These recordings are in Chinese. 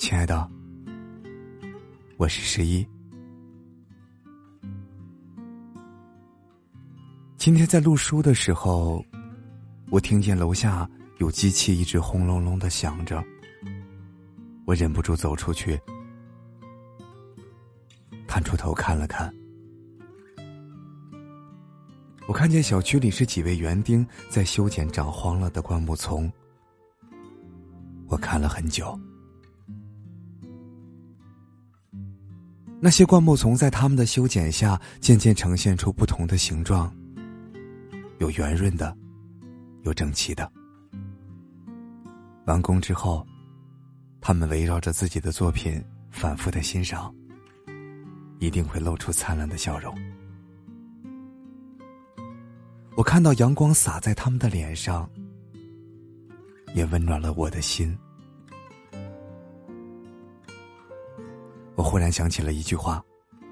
亲爱的，我是11。今天在录书的时候，我听见楼下有机器一直轰隆隆地响着，我忍不住走出去，探出头看了看。我看见小区里是几位园丁在修剪长荒了的灌木丛，我看了很久。那些灌木丛在他们的修剪下渐渐呈现出不同的形状，有圆润的，有整齐的。完工之后，他们围绕着自己的作品反复的欣赏，一定会露出灿烂的笑容。我看到阳光洒在他们的脸上，也温暖了我的心。我忽然想起了一句话，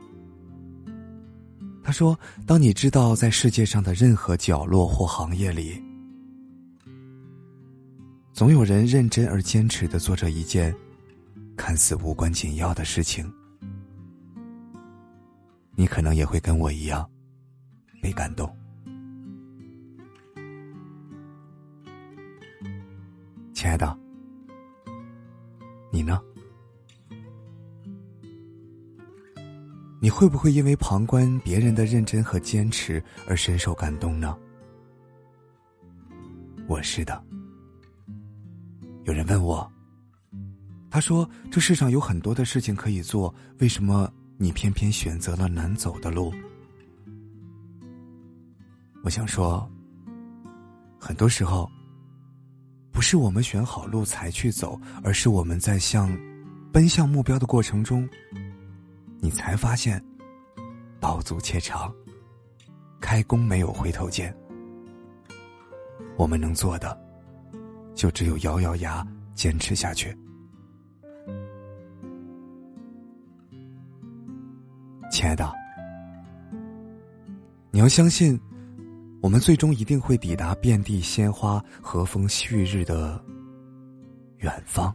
他说，当你知道在世界上的任何角落或行业里，总有人认真而坚持地做着一件看似无关紧要的事情，你可能也会跟我一样被感动。亲爱的，你呢？你会不会因为旁观别人的认真和坚持而深受感动呢？我是的。有人问我，他说，这世上有很多的事情可以做，为什么你偏偏选择了难走的路？我想说，很多时候不是我们选好路才去走，而是我们在奔向目标的过程中，你才发现道阻且长，开弓没有回头箭。我们能做的就只有咬咬牙坚持下去。亲爱的，你要相信，我们最终一定会抵达遍地鲜花和风旭日的远方。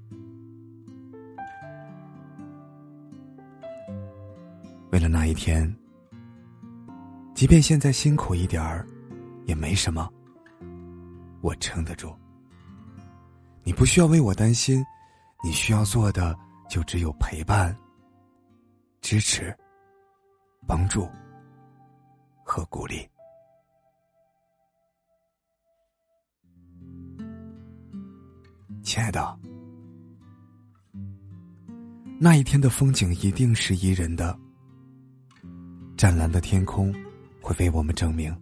为了那一天，即便现在辛苦一点儿也没什么，我撑得住。你不需要为我担心，你需要做的就只有陪伴、支持、帮助和鼓励。亲爱的，那一天的风景一定是宜人的，湛蓝的天空会为我们证明。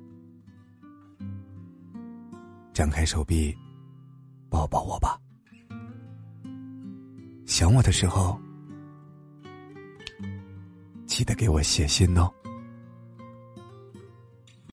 张开手臂，抱抱我吧。想我的时候，记得给我写信哦。